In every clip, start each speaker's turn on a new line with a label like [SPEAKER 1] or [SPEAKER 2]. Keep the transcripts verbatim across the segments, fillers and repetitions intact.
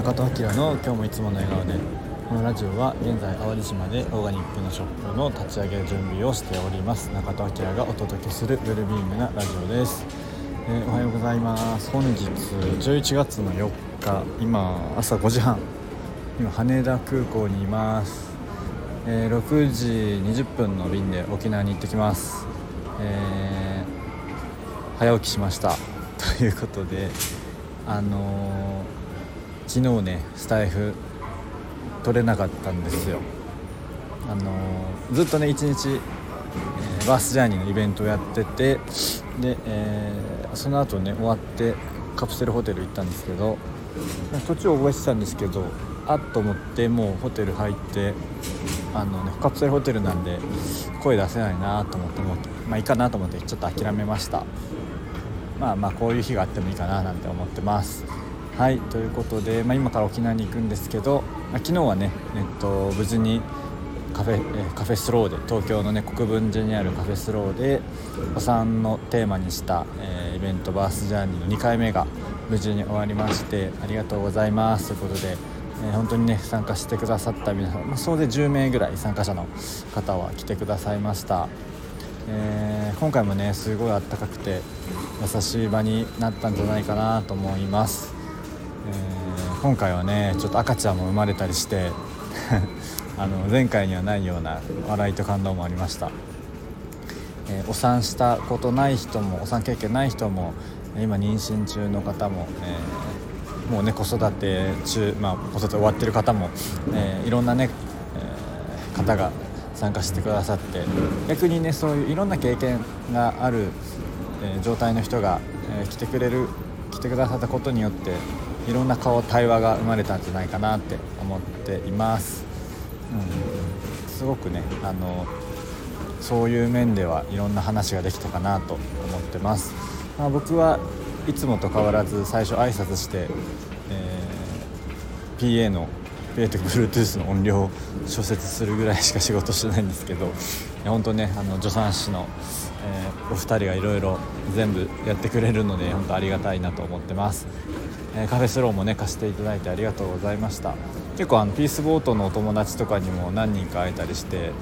[SPEAKER 1] 中戸明の今日もいつもの笑顔で。このラジオは現在淡路島でオーガニックのショップの立ち上げ準備をしております。中戸明がお届けするウェルビーイングなラジオです。えー、おはようございます。本日じゅういちがつのよっか、今朝ごじはん、今羽田空港にいます。えー、ろくじにじゅっぷんの便で沖縄に行ってきます。えー、早起きしましたということで、あのー、昨日ねスタイフ取れなかったんですよ。あのー、ずっとね一日、えー、バースジャーニーのイベントをやってて、で、えー、その後ね終わってカプセルホテル行ったんですけど、途中覚えてたんですけど、あっと思ってもうホテル入って、あの、ね、カプセルホテルなんで声出せないなと思ってもまあいいかなと思ってちょっと諦めました。まあまあこういう日があってもいいかななんて思ってます。はい、ということで、まあ、今から沖縄に行くんですけど、まあ、昨日はね、えっと、無事にカフェ、えカフェスローで東京のね国分寺にあるカフェスローでお産のテーマにした、えー、イベントバースジャーニーのにかいめが無事に終わりまして、ありがとうございますということで、えー、本当にね参加してくださった皆さん、まあ、総勢じゅうめいぐらい参加者の方は来てくださいました。えー、今回もねすごいあったかくて優しい場になったんじゃないかなと思います。えー、今回はねちょっと赤ちゃんも生まれたりしてあの前回にはないような笑いと感動もありました。えー、お産したことない人もお産経験ない人も今妊娠中の方も、えー、もうね子育て中、まあ、子育て終わってる方も、えー、いろんなね、えー、方が参加してくださって、逆にねそういういろんな経験がある、えー、状態の人が、えー、来てくれる来てくださったことによっていろんな顔対話が生まれたんじゃないかなって思っています。うん、すごくねあのそういう面ではいろんな話ができたかなと思ってます。まあ、僕はいつもと変わらず最初挨拶して、えー、ピーエー のピーエー というか Bluetooth の音量を調節するぐらいしか仕事してないんですけど、本当ねあの助産師の、えー、お二人がいろいろ全部やってくれるので本当ありがたいなと思ってます。えー、カフェスローもね貸していただいてありがとうございました。結構あのピースボートのお友達とかにも何人か会えたりして、え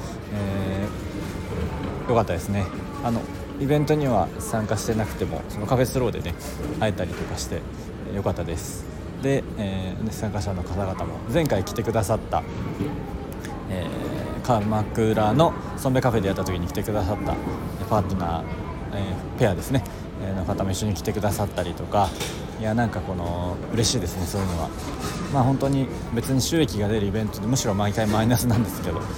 [SPEAKER 1] ー、よかったですね。あのイベントには参加してなくてもそのカフェスローでね会えたりとかしてよかったです。で、えー、参加者の方々も前回来てくださった、えー、鎌倉のソンベカフェでやった時に来てくださったパートナー、えー、ペアですね、えー、の方も一緒に来てくださったりとか、いやなんかこの嬉しいですね。そういうのはまあ本当に別に収益が出るイベントでむしろ毎回マイナスなんですけど、あの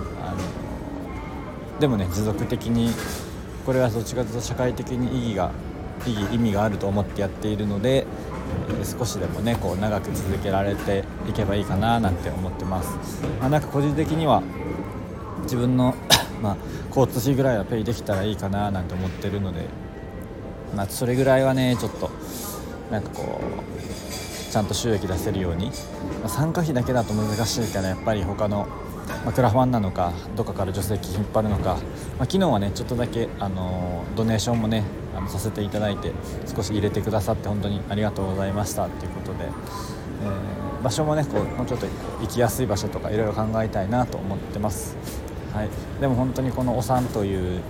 [SPEAKER 1] でもね持続的にこれはどっちかというと社会的に意義が意義意味があると思ってやっているので、えー、少しでもねこう長く続けられていけばいいかななんて思ってます。まあ、なんか個人的には自分のまあ交通費ぐらいはペイできたらいいかななんて思ってるので、まあ、それぐらいはねちょっとなんかこうちゃんと収益出せるように、まあ、参加費だけだと難しいからやっぱり他の、まあ、クラファンなのかどっかから助成金引っ張るのか、まあ、昨日はねちょっとだけ、あのー、ドネーションもねあのさせていただいて少し入れてくださって本当にありがとうございましたということで、えー、場所もねこうもうちょっと行きやすい場所とかいろいろ考えたいなと思ってます。はい、でも本当にこのお産という、うん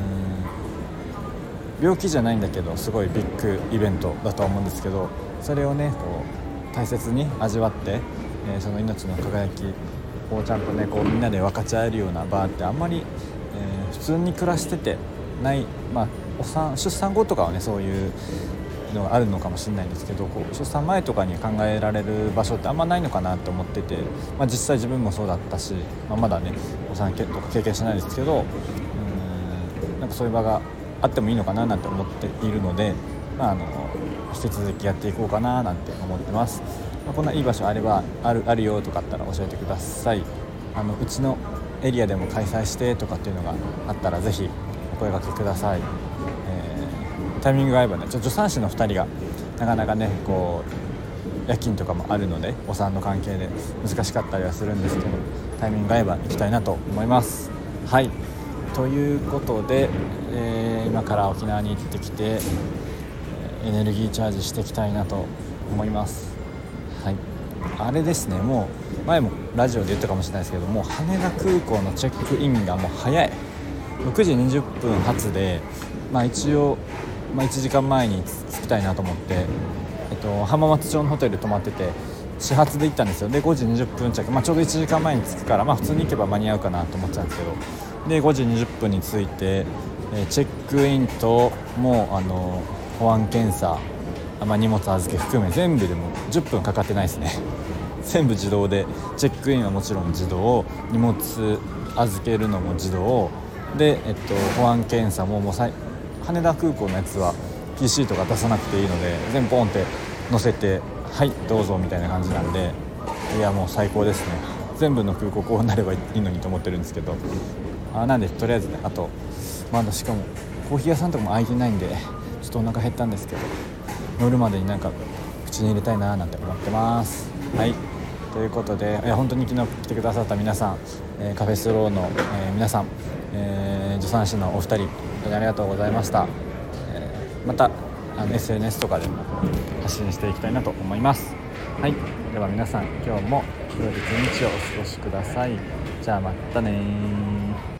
[SPEAKER 1] 病気じゃないんだけどすごいビッグイベントだと思うんですけど、それをねこう大切に味わって、えー、その命の輝きをちゃんとねこうみんなで分かち合えるような場ってあんまり、えー、普通に暮らしててない、まあ、お産出産後とかはねそういうのがあるのかもしれないんですけど、こう出産前とかに考えられる場所ってあんまないのかなと思ってて、まあ、実際自分もそうだったし、まあ、まだねお産とか経験してないですけど、うーんなんかそういう場があってもいいのかななんて思っているので、まあ、あの引き続きやっていこうかななんて思ってます。まあ、こんないい場所あればある、あるよとかあったら教えてください。あのうちのエリアでも開催してとかっていうのがあったらぜひお声掛けください。えー、タイミングが合えばねちょ助産師のふたりがなかなかねこう夜勤とかもあるのでお産の関係で難しかったりはするんですけど、タイミングが合えば行きたいなと思います。はいということで、えー、今から沖縄に行ってきてエネルギーチャージしていきたいなと思います。はいあれですね、もう前もラジオで言ったかもしれないですけども、羽田空港のチェックインがもう早い。ろくじにじゅっぷん発で、まあ、一応、まあ、いちじかんまえに着きたいなと思って、えっと、浜松町のホテル泊まってて始発で行ったんですよ。でごじにじゅっぷん着、まあ、ちょうどいちじかんまえに着くから、まあ、普通に行けば間に合うかなと思ってたんですけど、でごじにじゅっぷんに着いて、えー、チェックインともうあの保安検査、まあ、荷物預け含め全部でもじゅっぷんかかってないですね。全部自動で、チェックインはもちろん自動、荷物預けるのも自動で、えっと、保安検査ももうさい羽田空港のやつは ピーシー とか出さなくていいので、全部ポンって載せてはいどうぞみたいな感じなんで、いやもう最高ですね。全部の空港こうなればいいのにと思ってるんですけど、あなんでとりあえずね、あとまだしかもコーヒー屋さんとかも開いてないんで、ちょっとお腹減ったんですけど、乗るまでになんか口に入れたいななんて思ってます。はい、ということで、いや本当に昨日来てくださった皆さん、えー、カフェストローの、えー、皆さん、えー、助産師のお二人、本当にありがとうございました。えー、またあの エスエヌエス とかでも発信していきたいなと思います。はい、では皆さん今日も良い一日をお過ごしください。じゃあまたね。